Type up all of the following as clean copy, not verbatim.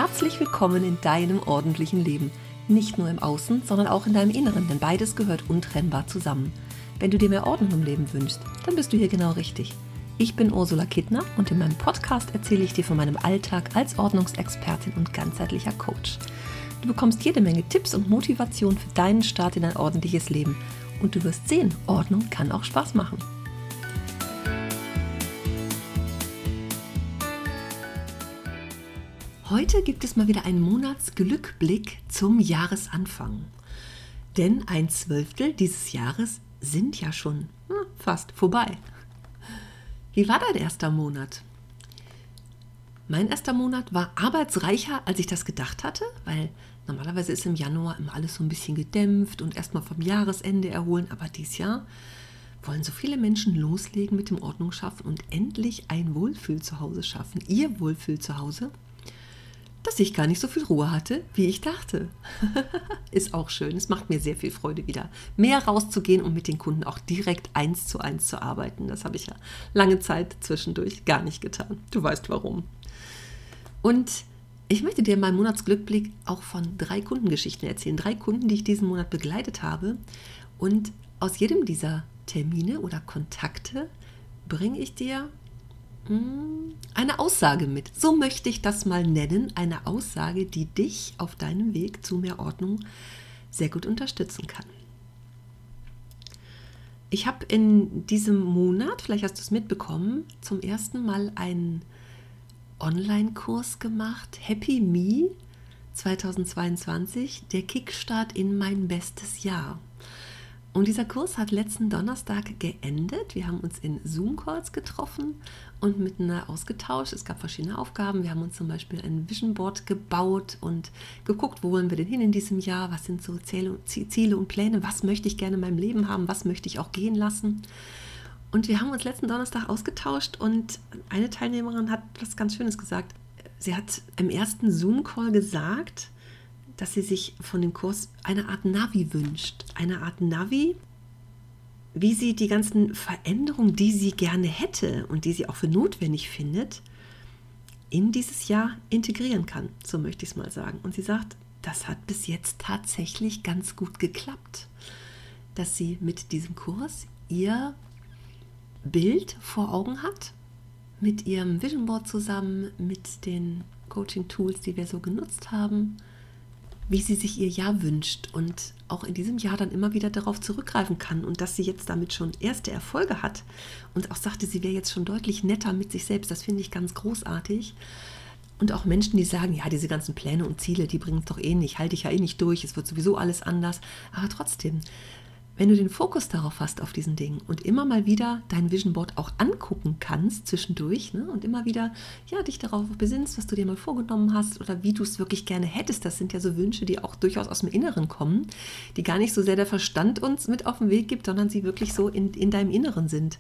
Herzlich willkommen in deinem ordentlichen Leben. Nicht nur im Außen, sondern auch in deinem Inneren, denn beides gehört untrennbar zusammen. Wenn du dir mehr Ordnung im Leben wünschst, dann bist du hier genau richtig. Ich bin Ursula Kittner und in meinem Podcast erzähle ich dir von meinem Alltag als Ordnungsexpertin und ganzheitlicher Coach. Du bekommst jede Menge Tipps und Motivation für deinen Start in ein ordentliches Leben. Und du wirst sehen, Ordnung kann auch Spaß machen. Heute gibt es mal wieder einen Monatsglückblick zum Jahresanfang. Denn 1/12 dieses Jahres sind ja schon fast vorbei. Wie war dein erster Monat? Mein erster Monat war arbeitsreicher, als ich das gedacht hatte, weil normalerweise ist im Januar immer alles so ein bisschen gedämpft und erstmal vom Jahresende erholen. Aber dieses Jahr wollen so viele Menschen loslegen mit dem Ordnung schaffen und endlich ein Wohlfühlzuhause schaffen. Ihr Wohlfühlzuhause, dass ich gar nicht so viel Ruhe hatte, wie ich dachte. Ist auch schön. Es macht mir sehr viel Freude, wieder mehr rauszugehen und mit den Kunden auch direkt 1:1 zu arbeiten. Das habe ich ja lange Zeit zwischendurch gar nicht getan. Du weißt warum. Und ich möchte dir meinen Monatsglückblick auch von 3 Kundengeschichten erzählen. 3 Kunden, die ich diesen Monat begleitet habe. Und aus jedem dieser Termine oder Kontakte bringe ich dir eine Aussage mit. So möchte ich das mal nennen. Eine Aussage, die dich auf deinem Weg zu mehr Ordnung sehr gut unterstützen kann. Ich habe in diesem Monat, vielleicht hast du es mitbekommen, zum ersten Mal einen Online-Kurs gemacht. Happy Me 2022, der Kickstart in mein bestes Jahr. Und dieser Kurs hat letzten Donnerstag geendet. Wir haben uns in Zoom-Calls getroffen und miteinander ausgetauscht. Es gab verschiedene Aufgaben. Wir haben uns zum Beispiel ein Vision Board gebaut und geguckt, wo wollen wir denn hin in diesem Jahr? Was sind so Ziele und Pläne? Was möchte ich gerne in meinem Leben haben? Was möchte ich auch gehen lassen? Und wir haben uns letzten Donnerstag ausgetauscht und eine Teilnehmerin hat was ganz Schönes gesagt. Sie hat im ersten Zoom-Call gesagt, dass sie sich von dem Kurs eine Art Navi wünscht. Eine Art Navi, wie sie die ganzen Veränderungen, die sie gerne hätte und die sie auch für notwendig findet, in dieses Jahr integrieren kann. So möchte ich es mal sagen. Und sie sagt, das hat bis jetzt tatsächlich ganz gut geklappt, dass sie mit diesem Kurs ihr Bild vor Augen hat, mit ihrem Vision Board zusammen, mit den Coaching-Tools, die wir so genutzt haben, wie sie sich ihr Jahr wünscht und auch in diesem Jahr dann immer wieder darauf zurückgreifen kann und dass sie jetzt damit schon erste Erfolge hat und auch sagte, sie wäre jetzt schon deutlich netter mit sich selbst. Das finde ich ganz großartig. Und auch Menschen, die sagen, ja, diese ganzen Pläne und Ziele, die bringen es doch eh nicht, halte ich ja eh nicht durch, es wird sowieso alles anders. Aber trotzdem, wenn du den Fokus darauf hast, auf diesen Dingen und immer mal wieder dein Vision Board auch angucken kannst zwischendurch, ne, und immer wieder dich darauf besinnst, was du dir mal vorgenommen hast oder wie du es wirklich gerne hättest. Das sind ja so Wünsche, die auch durchaus aus dem Inneren kommen, die gar nicht so sehr der Verstand uns mit auf den Weg gibt, sondern sie wirklich so in deinem Inneren sind.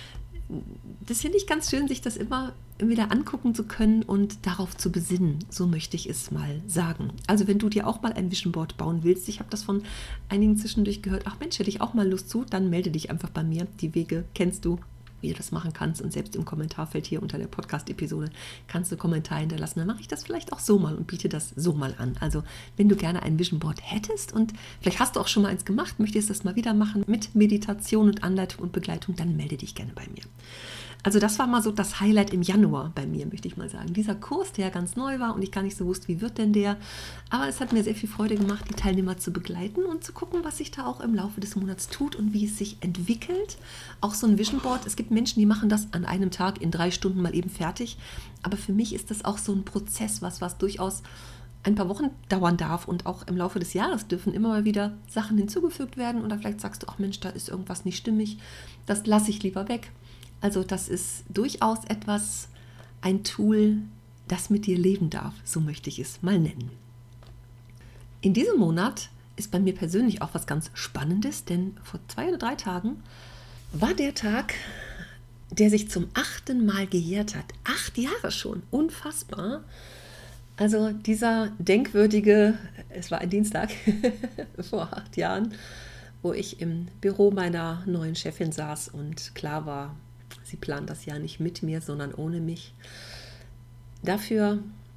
Das finde ich ganz schön, sich das immer wieder angucken zu können und darauf zu besinnen. So möchte ich es mal sagen. Also wenn du dir auch mal ein Vision Board bauen willst, ich habe das von einigen zwischendurch gehört, ach Mensch, hätte ich auch mal Lust zu, dann melde dich einfach bei mir. Die Wege kennst du, wie du das machen kannst und selbst im Kommentarfeld hier unter der Podcast-Episode kannst du Kommentare hinterlassen. Dann mache ich das vielleicht auch so mal und biete das so mal an. Also wenn du gerne ein Vision Board hättest und vielleicht hast du auch schon mal eins gemacht, möchtest das mal wieder machen mit Meditation und Anleitung und Begleitung, dann melde dich gerne bei mir. Also das war mal so das Highlight im Januar bei mir, möchte ich mal sagen. Dieser Kurs, der ja ganz neu war und ich gar nicht so wusste, wie wird denn der. Aber es hat mir sehr viel Freude gemacht, die Teilnehmer zu begleiten und zu gucken, was sich da auch im Laufe des Monats tut und wie es sich entwickelt. Auch so ein Vision Board, es gibt Menschen, die machen das an einem Tag in 3 Stunden mal eben fertig. Aber für mich ist das auch so ein Prozess, was durchaus ein paar Wochen dauern darf und auch im Laufe des Jahres dürfen immer mal wieder Sachen hinzugefügt werden oder vielleicht sagst du, ach Mensch, da ist irgendwas nicht stimmig, das lasse ich lieber weg. Also das ist durchaus ein Tool, das mit dir leben darf, so möchte ich es mal nennen. In diesem Monat ist bei mir persönlich auch was ganz Spannendes, denn vor 2 oder 3 Tagen war der Tag, der sich zum 8. Mal gejährt hat. 8 Jahre schon, unfassbar. Also dieser denkwürdige, es war ein Dienstag vor 8 Jahren, wo ich im Büro meiner neuen Chefin saß und klar war, sie plant das Jahr nicht mit mir, sondern ohne mich. Dafür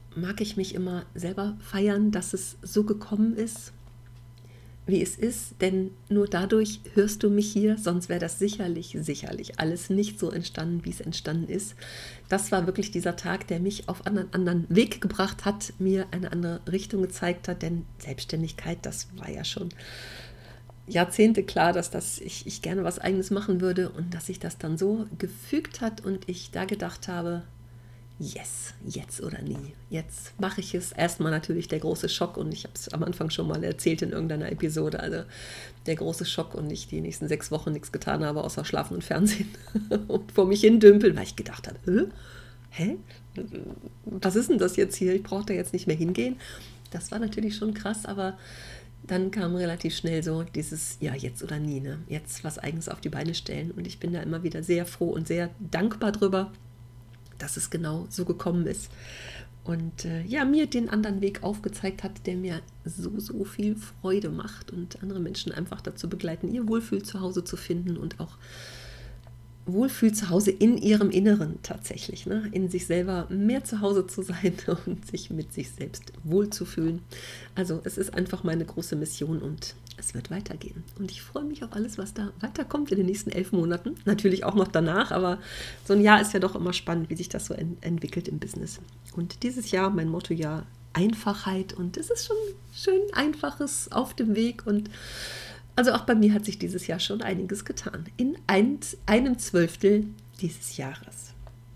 mag ich mich immer selber feiern, dass es so gekommen ist, wie es ist, denn nur dadurch hörst du mich hier, sonst wäre das sicherlich alles nicht so entstanden, wie es entstanden ist. Das war wirklich dieser Tag, der mich auf einen anderen Weg gebracht hat, mir eine andere Richtung gezeigt hat, denn Selbstständigkeit, das war ja schon Jahrzehnte klar, dass ich gerne was Eigenes machen würde und dass sich das dann so gefügt hat und ich da gedacht habe, yes, jetzt oder nie. Jetzt mache ich es. Erstmal natürlich der große Schock und ich habe es am Anfang schon mal erzählt in irgendeiner Episode, also der große Schock und ich die nächsten 6 Wochen nichts getan habe, außer schlafen und Fernsehen und vor mich hin dümpeln, weil ich gedacht habe, hä? Was ist denn das jetzt hier? Ich brauche da jetzt nicht mehr hingehen. Das war natürlich schon krass, aber dann kam relativ schnell so dieses, ja, jetzt oder nie, ne? Jetzt was Eigenes auf die Beine stellen und ich bin da immer wieder sehr froh und sehr dankbar drüber, dass es genau so gekommen ist und mir den anderen Weg aufgezeigt hat, der mir so viel Freude macht und andere Menschen einfach dazu begleiten, ihr Wohlfühl zu Hause zu finden und auch Wohlfühl zu Hause in ihrem Inneren tatsächlich, ne? In sich selber mehr zu Hause zu sein und sich mit sich selbst wohlzufühlen. Also es ist einfach meine große Mission und es wird weitergehen. Und ich freue mich auf alles, was da weiterkommt in den nächsten 11 Monaten. Natürlich auch noch danach, aber so ein Jahr ist ja doch immer spannend, wie sich das so entwickelt im Business. Und dieses Jahr, mein Mottojahr, Einfachheit. Und es ist schon schön Einfaches auf dem Weg und also auch bei mir hat sich dieses Jahr schon einiges getan. In einem Zwölftel dieses Jahres.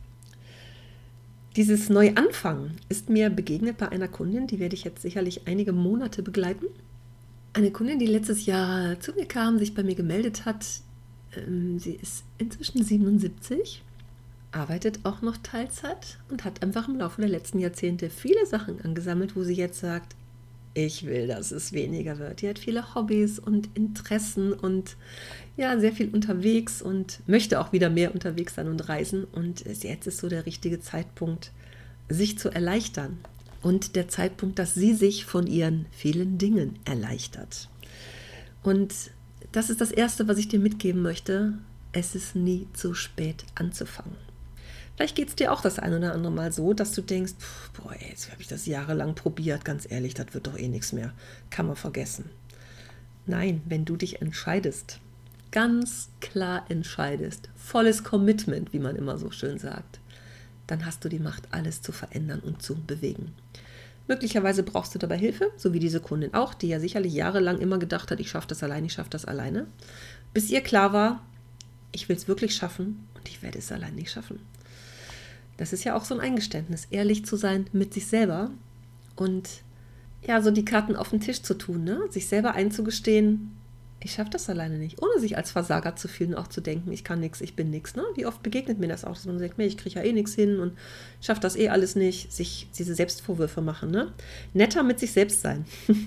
Dieses Neuanfangen ist mir begegnet bei einer Kundin, die werde ich jetzt sicherlich einige Monate begleiten. Eine Kundin, die letztes Jahr zu mir kam, sich bei mir gemeldet hat. Sie ist inzwischen 77, arbeitet auch noch Teilzeit und hat einfach im Laufe der letzten Jahrzehnte viele Sachen angesammelt, wo sie jetzt sagt, ich will, dass es weniger wird. Die hat viele Hobbys und Interessen und ja, sehr viel unterwegs und möchte auch wieder mehr unterwegs sein und reisen. Und jetzt ist so der richtige Zeitpunkt, sich zu erleichtern. Und der Zeitpunkt, dass sie sich von ihren vielen Dingen erleichtert. Und das ist das Erste, was ich dir mitgeben möchte. Es ist nie zu spät anzufangen. Vielleicht geht es dir auch das ein oder andere Mal so, dass du denkst, boah, jetzt habe ich das jahrelang probiert, ganz ehrlich, das wird doch eh nichts mehr, kann man vergessen. Nein, wenn du dich entscheidest, ganz klar entscheidest, volles Commitment, wie man immer so schön sagt, dann hast du die Macht, alles zu verändern und zu bewegen. Möglicherweise brauchst du dabei Hilfe, so wie diese Kundin auch, die ja sicherlich jahrelang immer gedacht hat, ich schaffe das alleine, bis ihr klar war, ich will es wirklich schaffen und ich werde es allein nicht schaffen. Das ist ja auch so ein Eingeständnis, ehrlich zu sein mit sich selber und ja, so die Karten auf den Tisch zu tun, ne? Sich selber einzugestehen, ich schaffe das alleine nicht, ohne sich als Versager zu fühlen, auch zu denken, ich kann nichts, ich bin nichts. Ne? Wie oft begegnet mir das auch, dass man sagt, ich kriege ja eh nichts hin und schaffe das eh alles nicht, sich diese Selbstvorwürfe machen. Ne? Netter mit sich selbst sein.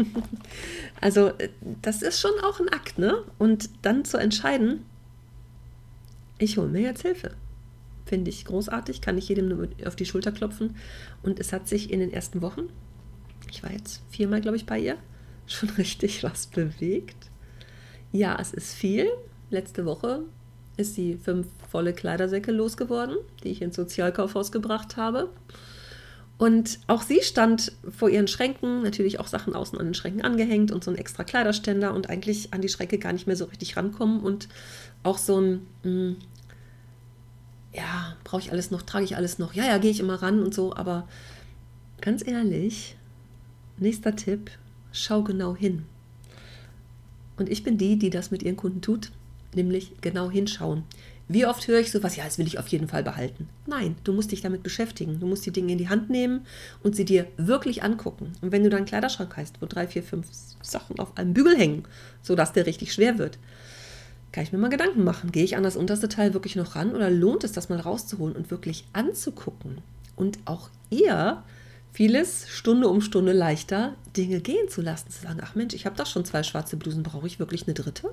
Also das ist schon auch ein Akt, ne? Und dann zu entscheiden, ich hole mir jetzt Hilfe. Finde ich großartig, kann ich jedem nur auf die Schulter klopfen. Und es hat sich in den ersten Wochen, ich war jetzt 4-mal, glaube ich, bei ihr, schon richtig was bewegt. Ja, es ist viel. Letzte Woche ist sie 5 volle Kleidersäcke losgeworden, die ich ins Sozialkaufhaus gebracht habe. Und auch sie stand vor ihren Schränken, natürlich auch Sachen außen an den Schränken angehängt und so ein extra Kleiderständer und eigentlich an die Schränke gar nicht mehr so richtig rankommen und auch so ein brauche ich alles noch, trage ich alles noch, ja, gehe ich immer ran und so, aber ganz ehrlich, nächster Tipp, schau genau hin. Und ich bin die das mit ihren Kunden tut, nämlich genau hinschauen. Wie oft höre ich sowas, ja, das will ich auf jeden Fall behalten. Nein, du musst dich damit beschäftigen, du musst die Dinge in die Hand nehmen und sie dir wirklich angucken. Und wenn du dann einen Kleiderschrank hast, wo 3, 4, 5 Sachen auf einem Bügel hängen, sodass der richtig schwer wird, kann ich mir mal Gedanken machen, gehe ich an das unterste Teil wirklich noch ran oder lohnt es, das mal rauszuholen und wirklich anzugucken und auch ihr vieles Stunde um Stunde leichter Dinge gehen zu lassen, zu sagen, ach Mensch, ich habe doch schon 2 schwarze Blusen, brauche ich wirklich eine dritte?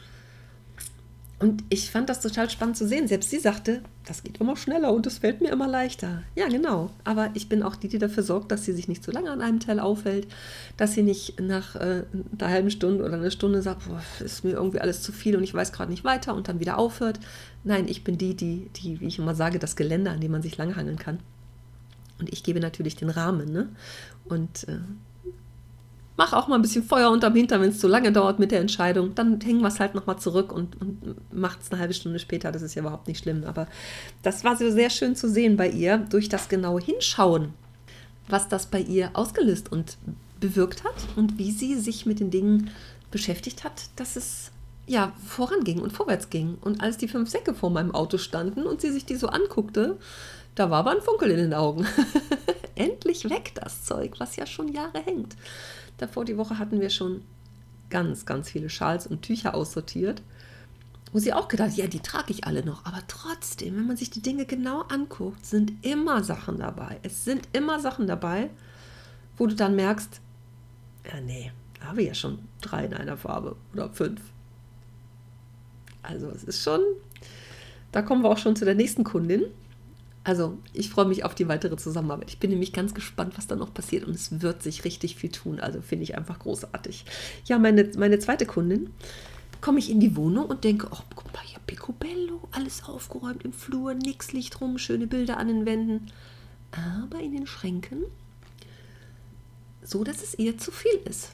Und ich fand das total spannend zu sehen. Selbst sie sagte, das geht immer schneller und es fällt mir immer leichter. Ja, genau. Aber ich bin auch die dafür sorgt, dass sie sich nicht zu lange an einem Teil aufhält, dass sie nicht nach einer halben Stunde oder einer Stunde sagt, boah, ist mir irgendwie alles zu viel und ich weiß gerade nicht weiter und dann wieder aufhört. Nein, ich bin die, wie ich immer sage, das Geländer, an dem man sich langhangeln kann. Und ich gebe natürlich den Rahmen, ne? Und mach auch mal ein bisschen Feuer unterm Hintern, wenn es zu lange dauert mit der Entscheidung. Dann hängen wir es halt nochmal zurück und macht es eine halbe Stunde später. Das ist ja überhaupt nicht schlimm. Aber das war so sehr schön zu sehen bei ihr, durch das genaue Hinschauen, was das bei ihr ausgelöst und bewirkt hat und wie sie sich mit den Dingen beschäftigt hat, dass es ja voranging und vorwärts ging. Und als die 5 Säcke vor meinem Auto standen und sie sich die so anguckte, da war aber ein Funkel in den Augen. Endlich weg das Zeug, was ja schon Jahre hängt. Davor die Woche hatten wir schon ganz, ganz viele Schals und Tücher aussortiert, wo sie auch gedacht hat, ja, die trage ich alle noch. Aber trotzdem, wenn man sich die Dinge genau anguckt, sind immer Sachen dabei. Es sind immer Sachen dabei, wo du dann merkst, ja, nee, da habe ich ja schon 3 in einer Farbe oder 5. Also es ist schon, da kommen wir auch schon zu der nächsten Kundin. Also ich freue mich auf die weitere Zusammenarbeit. Ich bin nämlich ganz gespannt, was da noch passiert und es wird sich richtig viel tun. Also finde ich einfach großartig. Ja, meine zweite Kundin, komme ich in die Wohnung und denke, oh, guck mal hier, Picobello, alles aufgeräumt im Flur, nix Licht rum, schöne Bilder an den Wänden. Aber in den Schränken, so dass es ihr zu viel ist.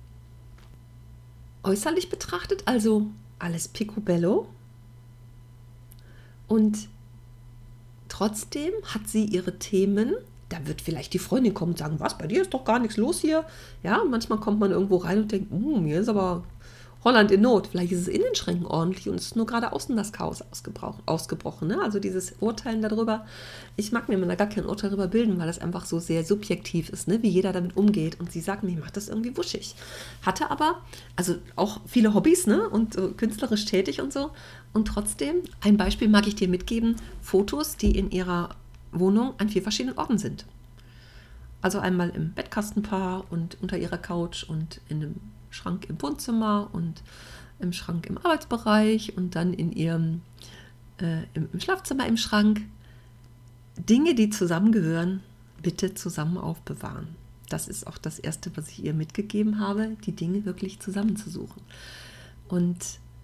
Äußerlich betrachtet also alles Picobello und trotzdem hat sie ihre Themen. Da wird vielleicht die Freundin kommen und sagen, was, bei dir ist doch gar nichts los hier. Ja, manchmal kommt man irgendwo rein und denkt, hier ist aber Holland in Not. Vielleicht ist es in den Schränken ordentlich und es ist nur gerade außen das Chaos ausgebrochen. Ne? Also dieses Urteilen darüber. Ich mag mir da gar kein Urteil darüber bilden, weil das einfach so sehr subjektiv ist, ne? Wie jeder damit umgeht. Und sie sagt mir, ich mache das irgendwie wuschig. Hatte aber, also auch viele Hobbys, ne? Und künstlerisch tätig und so. Und trotzdem, ein Beispiel mag ich dir mitgeben, Fotos, die in ihrer Wohnung an 4 verschiedenen Orten sind. Also einmal im Bettkastenpaar und unter ihrer Couch und in einem Schrank im Wohnzimmer und im Schrank im Arbeitsbereich und dann in ihrem im Schlafzimmer im Schrank. Dinge, die zusammengehören, bitte zusammen aufbewahren. Das ist auch das Erste, was ich ihr mitgegeben habe, die Dinge wirklich zusammenzusuchen. Und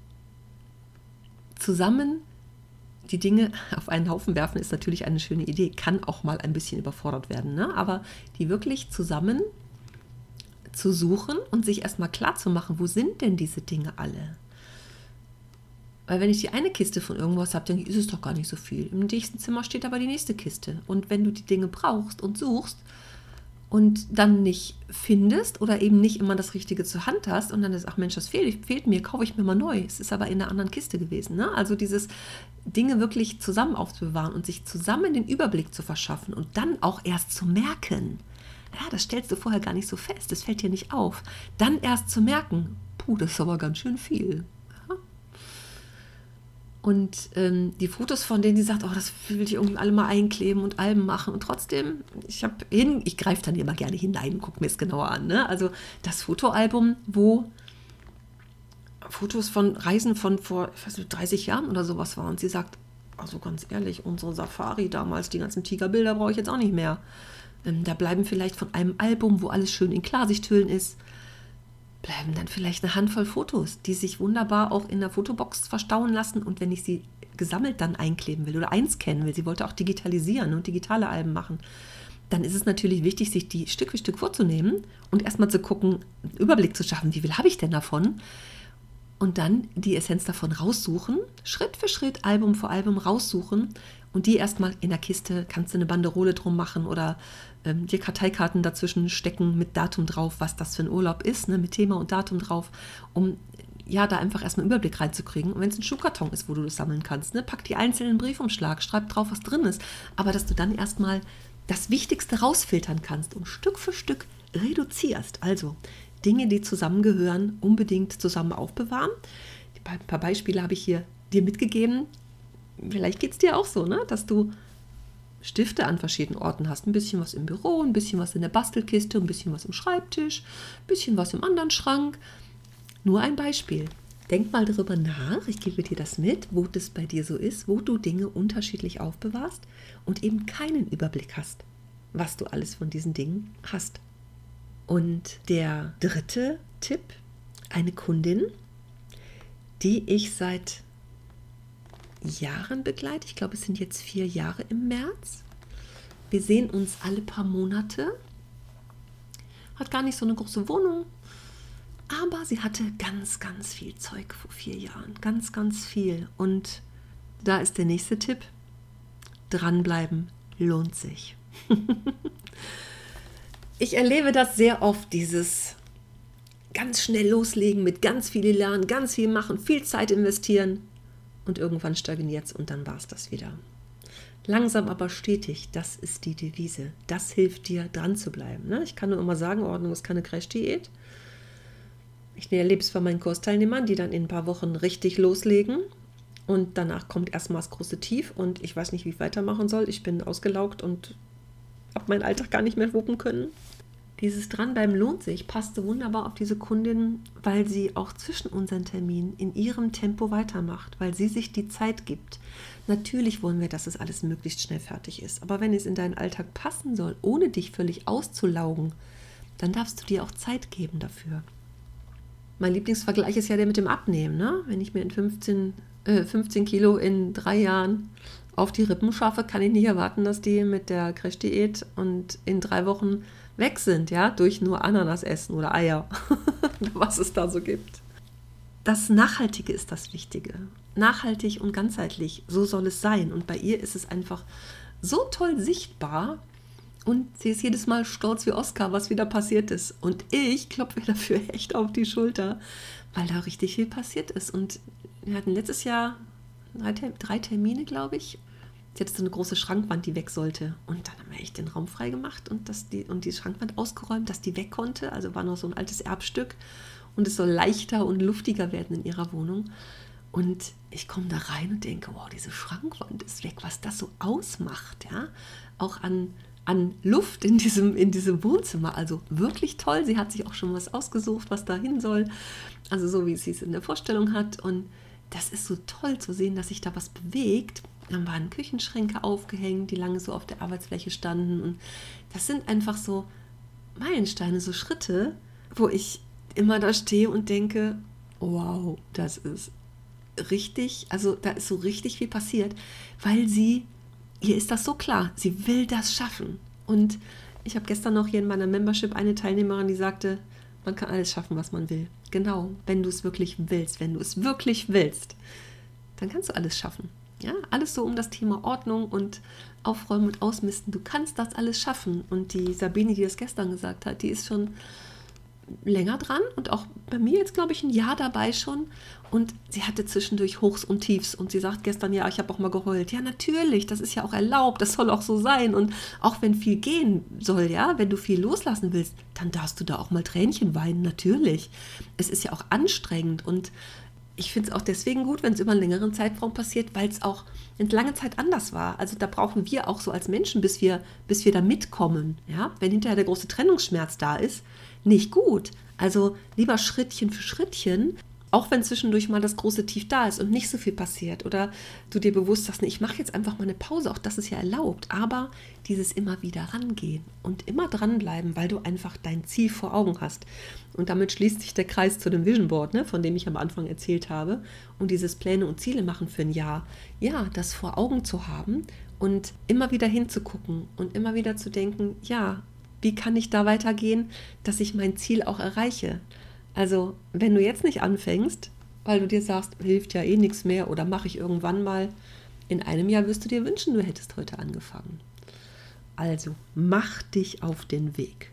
zusammen die Dinge auf einen Haufen werfen ist natürlich eine schöne Idee, kann auch mal ein bisschen überfordert werden, ne? Aber die wirklich zusammen zu suchen und sich erstmal klar zu machen, wo sind denn diese Dinge alle? Weil wenn ich die eine Kiste von irgendwas habe, denke ich, ist es doch gar nicht so viel. Im nächsten Zimmer steht aber die nächste Kiste. Und wenn du die Dinge brauchst und suchst und dann nicht findest oder eben nicht immer das Richtige zur Hand hast und dann ist, ach Mensch, das fehlt mir, kaufe ich mir mal neu. Es ist aber in einer anderen Kiste gewesen. Ne? Also dieses Dinge wirklich zusammen aufzubewahren und sich zusammen den Überblick zu verschaffen und dann auch erst zu merken, ja, das stellst du vorher gar nicht so fest, das fällt dir nicht auf. Dann erst zu merken, das ist aber ganz schön viel. Ja? Und die Fotos, von denen sie sagt, das will ich irgendwie alle mal einkleben und Alben machen. Und trotzdem, ich greife dann immer gerne hinein und gucke mir es genauer an. Ne? Also das Fotoalbum, wo Fotos von Reisen von vor 30 Jahren oder sowas waren. Und sie sagt, also ganz ehrlich, unsere Safari damals, die ganzen Tigerbilder brauche ich jetzt auch nicht mehr. Da bleiben vielleicht von einem Album, wo alles schön in Klarsichthüllen ist, bleiben dann vielleicht eine Handvoll Fotos, die sich wunderbar auch in der Fotobox verstauen lassen. Und wenn ich sie gesammelt dann einkleben will oder einscannen will, sie wollte auch digitalisieren und digitale Alben machen, dann ist es natürlich wichtig, sich die Stück für Stück vorzunehmen und erstmal zu gucken, einen Überblick zu schaffen, wie viel habe ich denn davon? Und dann die Essenz davon raussuchen, Schritt für Schritt, Album für Album raussuchen und die erstmal in der Kiste, kannst du eine Banderole drum machen oder dir Karteikarten dazwischen stecken mit Datum drauf, was das für ein Urlaub ist, ne, mit Thema und Datum drauf, um ja da einfach erstmal einen Überblick reinzukriegen. Und wenn es ein Schuhkarton ist, wo du das sammeln kannst, ne, pack die einzelnen Briefumschlag, schreib drauf, was drin ist, aber dass du dann erstmal das Wichtigste rausfiltern kannst und Stück für Stück reduzierst. Also Dinge, die zusammengehören, unbedingt zusammen aufbewahren. Ein paar Beispiele habe ich hier dir mitgegeben. Vielleicht geht es dir auch so, ne? Dass du Stifte an verschiedenen Orten hast. Ein bisschen was im Büro, ein bisschen was in der Bastelkiste, ein bisschen was im Schreibtisch, ein bisschen was im anderen Schrank. Nur ein Beispiel. Denk mal darüber nach, ich gebe dir das mit, wo das bei dir so ist, wo du Dinge unterschiedlich aufbewahrst und eben keinen Überblick hast, was du alles von diesen Dingen hast. Und der dritte Tipp, eine Kundin, die ich seit Jahren begleite. Ich glaube, es sind jetzt 4 Jahre im März. Wir sehen uns alle paar Monate. Hat gar nicht so eine große Wohnung. Aber sie hatte ganz, ganz viel Zeug vor 4 Jahren. Ganz, ganz viel. Und da ist der nächste Tipp. Dranbleiben lohnt sich. Ich erlebe das sehr oft, dieses ganz schnell loslegen mit ganz viel Elan, ganz viel machen, viel Zeit investieren und irgendwann stagniert es und dann war es das wieder. Langsam aber stetig, das ist die Devise. Das hilft dir, dran zu bleiben. Ne? Ich kann nur immer sagen, Ordnung ist keine Crash-Diät. Ich erlebe es bei meinen Kursteilnehmern, die dann in ein paar Wochen richtig loslegen und danach kommt erstmal das große Tief und ich weiß nicht, wie ich weitermachen soll. Ich bin ausgelaugt und habe meinen Alltag gar nicht mehr wuppen können. Dieses Dranbleiben lohnt sich, passte wunderbar auf diese Kundin, weil sie auch zwischen unseren Terminen in ihrem Tempo weitermacht, weil sie sich die Zeit gibt. Natürlich wollen wir, dass es alles möglichst schnell fertig ist, aber wenn es in deinen Alltag passen soll, ohne dich völlig auszulaugen, dann darfst du dir auch Zeit geben dafür. Mein Lieblingsvergleich ist ja der mit dem Abnehmen. Ne? Wenn ich mir in 15 Kilo in 3 Jahren auf die Rippen schaffe, kann ich nicht erwarten, dass die mit der Crash-Diät und in 3 Wochen weg sind, ja, durch nur Ananas essen oder Eier, was es da so gibt. Das Nachhaltige ist das Wichtige. Nachhaltig und ganzheitlich, so soll es sein. Und bei ihr ist es einfach so toll sichtbar und sie ist jedes Mal stolz wie Oscar, was wieder passiert ist. Und ich klopfe ihr dafür echt auf die Schulter, weil da richtig viel passiert ist. Und wir hatten letztes Jahr 3 Termine, glaube ich. Sie hatte so eine große Schrankwand, die weg sollte. Und dann haben wir echt den Raum frei gemacht und die Schrankwand ausgeräumt, dass die weg konnte. Also war noch so ein altes Erbstück. Und es soll leichter und luftiger werden in ihrer Wohnung. Und ich komme da rein und denke, wow, diese Schrankwand ist weg, was das so ausmacht. Ja? Auch an Luft in diesem Wohnzimmer. Also wirklich toll. Sie hat sich auch schon was ausgesucht, was da hin soll. Also so, wie sie es in der Vorstellung hat. Und das ist so toll zu sehen, dass sich da was bewegt. Dann waren Küchenschränke aufgehängt, die lange so auf der Arbeitsfläche standen. Und das sind einfach so Meilensteine, so Schritte, wo ich immer da stehe und denke, wow, das ist richtig, also da ist so richtig viel passiert, weil ihr ist das so klar, sie will das schaffen. Und ich habe gestern noch hier in meiner Membership eine Teilnehmerin, die sagte, man kann alles schaffen, was man will. Genau, wenn du es wirklich willst, dann kannst du alles schaffen. Ja, alles so um das Thema Ordnung und Aufräumen und Ausmisten. Du kannst das alles schaffen. Und die Sabine, die das gestern gesagt hat, die ist schon länger dran und auch bei mir jetzt, glaube ich, ein Jahr dabei schon. Und sie hatte zwischendurch Hochs und Tiefs. Und sie sagt gestern, ja, ich habe auch mal geheult. Ja, natürlich, das ist ja auch erlaubt, das soll auch so sein. Und auch wenn viel gehen soll, ja, wenn du viel loslassen willst, dann darfst du da auch mal Tränchen weinen, natürlich. Es ist ja auch anstrengend und ich finde es auch deswegen gut, wenn es über einen längeren Zeitraum passiert, weil es auch in lange Zeit anders war. Also da brauchen wir auch so als Menschen, bis wir da mitkommen. Ja? Wenn hinterher der große Trennungsschmerz da ist, nicht gut. Also lieber Schrittchen für Schrittchen, auch wenn zwischendurch mal das große Tief da ist und nicht so viel passiert. Oder du dir bewusst sagst, nee, ich mache jetzt einfach mal eine Pause, auch das ist ja erlaubt. Aber dieses immer wieder rangehen und immer dranbleiben, weil du einfach dein Ziel vor Augen hast. Und damit schließt sich der Kreis zu dem Vision Board, ne, von dem ich am Anfang erzählt habe. Und dieses Pläne und Ziele machen für ein Jahr. Ja, das vor Augen zu haben und immer wieder hinzugucken und immer wieder zu denken, ja, wie kann ich da weitergehen, dass ich mein Ziel auch erreiche? Also, wenn du jetzt nicht anfängst, weil du dir sagst, hilft ja eh nichts mehr oder mache ich irgendwann mal, in einem Jahr wirst du dir wünschen, du hättest heute angefangen. Also, mach dich auf den Weg.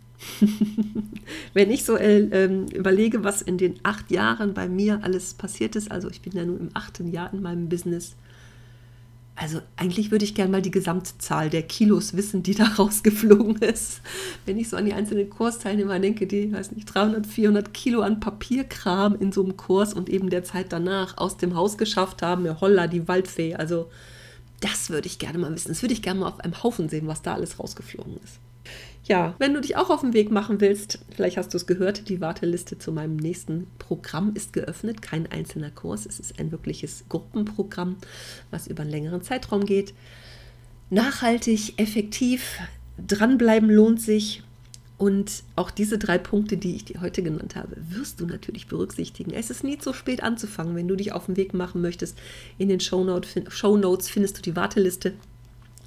Wenn ich so überlege, was in den 8 Jahren bei mir alles passiert ist, also ich bin ja nun im 8. Jahr in meinem Business, also eigentlich würde ich gerne mal die Gesamtzahl der Kilos wissen, die da rausgeflogen ist. Wenn ich so an die einzelnen Kursteilnehmer denke, die, weiß nicht, 300, 400 Kilo an Papierkram in so einem Kurs und eben der Zeit danach aus dem Haus geschafft haben, ja holla, die Waldfee. Also das würde ich gerne mal wissen. Das würde ich gerne mal auf einem Haufen sehen, was da alles rausgeflogen ist. Ja, wenn du dich auch auf den Weg machen willst, vielleicht hast du es gehört, die Warteliste zu meinem nächsten Programm ist geöffnet. Kein einzelner Kurs, es ist ein wirkliches Gruppenprogramm, was über einen längeren Zeitraum geht. Nachhaltig, effektiv, dranbleiben lohnt sich. Und auch diese 3 Punkte, die ich dir heute genannt habe, wirst du natürlich berücksichtigen. Es ist nie zu spät anzufangen, wenn du dich auf den Weg machen möchtest. In den Shownotes findest du die Warteliste.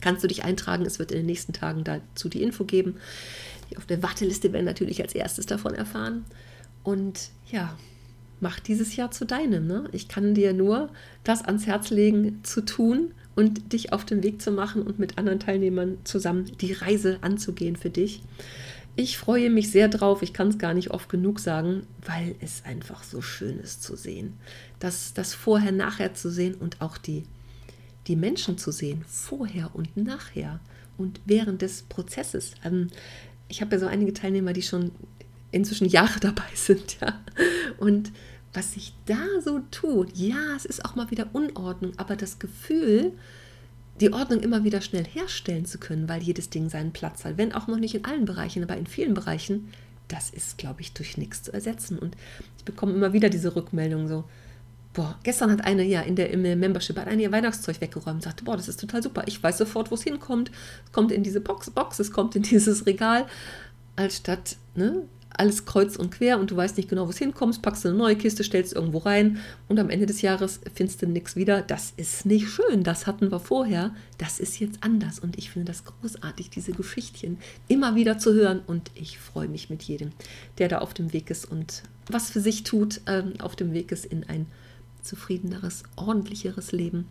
kannst du dich eintragen. Es wird in den nächsten Tagen dazu die Info geben. Die auf der Warteliste werden natürlich als erstes davon erfahren. Und ja, mach dieses Jahr zu deinem. Ne? Ich kann dir nur das ans Herz legen, zu tun und dich auf den Weg zu machen und mit anderen Teilnehmern zusammen die Reise anzugehen für dich. Ich freue mich sehr drauf, ich kann es gar nicht oft genug sagen, weil es einfach so schön ist zu sehen. Das Vorher, Nachher zu sehen und auch die Menschen zu sehen, vorher und nachher und während des Prozesses. Ich habe ja so einige Teilnehmer, die schon inzwischen Jahre dabei sind, ja. Und was sich da so tut, ja, es ist auch mal wieder Unordnung, aber das Gefühl, die Ordnung immer wieder schnell herstellen zu können, weil jedes Ding seinen Platz hat, wenn auch noch nicht in allen Bereichen, aber in vielen Bereichen, das ist, glaube ich, durch nichts zu ersetzen. Und ich bekomme immer wieder diese Rückmeldung so, boah, gestern hat eine ja im Membership ihr Weihnachtszeug weggeräumt und sagte, boah, das ist total super, ich weiß sofort, wo es hinkommt, es kommt in diese Box, es kommt in dieses Regal, als statt, ne, alles kreuz und quer und du weißt nicht genau, wo es hinkommt, packst du eine neue Kiste, stellst irgendwo rein und am Ende des Jahres findest du nichts wieder. Das ist nicht schön, das hatten wir vorher, das ist jetzt anders und ich finde das großartig, diese Geschichtchen immer wieder zu hören und ich freue mich mit jedem, der da auf dem Weg ist und was für sich tut, auf dem Weg ist in ein zufriedeneres, ordentlicheres Leben.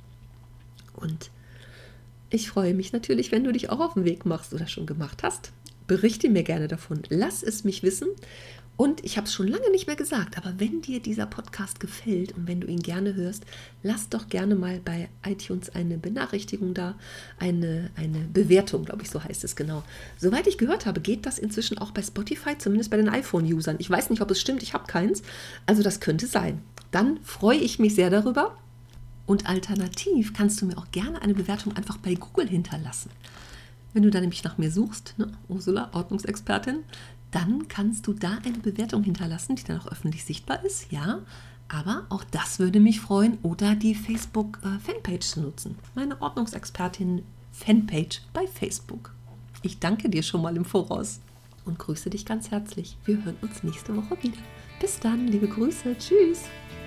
Und ich freue mich natürlich, wenn du dich auch auf den Weg machst oder schon gemacht hast. Berichte mir gerne davon. Lass es mich wissen. Und ich habe es schon lange nicht mehr gesagt, aber wenn dir dieser Podcast gefällt und wenn du ihn gerne hörst, lass doch gerne mal bei iTunes eine Benachrichtigung da, eine Bewertung, glaube ich, so heißt es genau. Soweit ich gehört habe, geht das inzwischen auch bei Spotify, zumindest bei den iPhone-Usern. Ich weiß nicht, ob es stimmt, ich habe keins. Also das könnte sein. Dann freue ich mich sehr darüber. Und alternativ kannst du mir auch gerne eine Bewertung einfach bei Google hinterlassen. Wenn du da nämlich nach mir suchst, ne, Ursula, Ordnungsexpertin, dann kannst du da eine Bewertung hinterlassen, die dann auch öffentlich sichtbar ist, ja. Aber auch das würde mich freuen, oder die Facebook-Fanpage zu nutzen. Meine Ordnungsexpertin-Fanpage bei Facebook. Ich danke dir schon mal im Voraus und grüße dich ganz herzlich. Wir hören uns nächste Woche wieder. Bis dann, liebe Grüße, tschüss.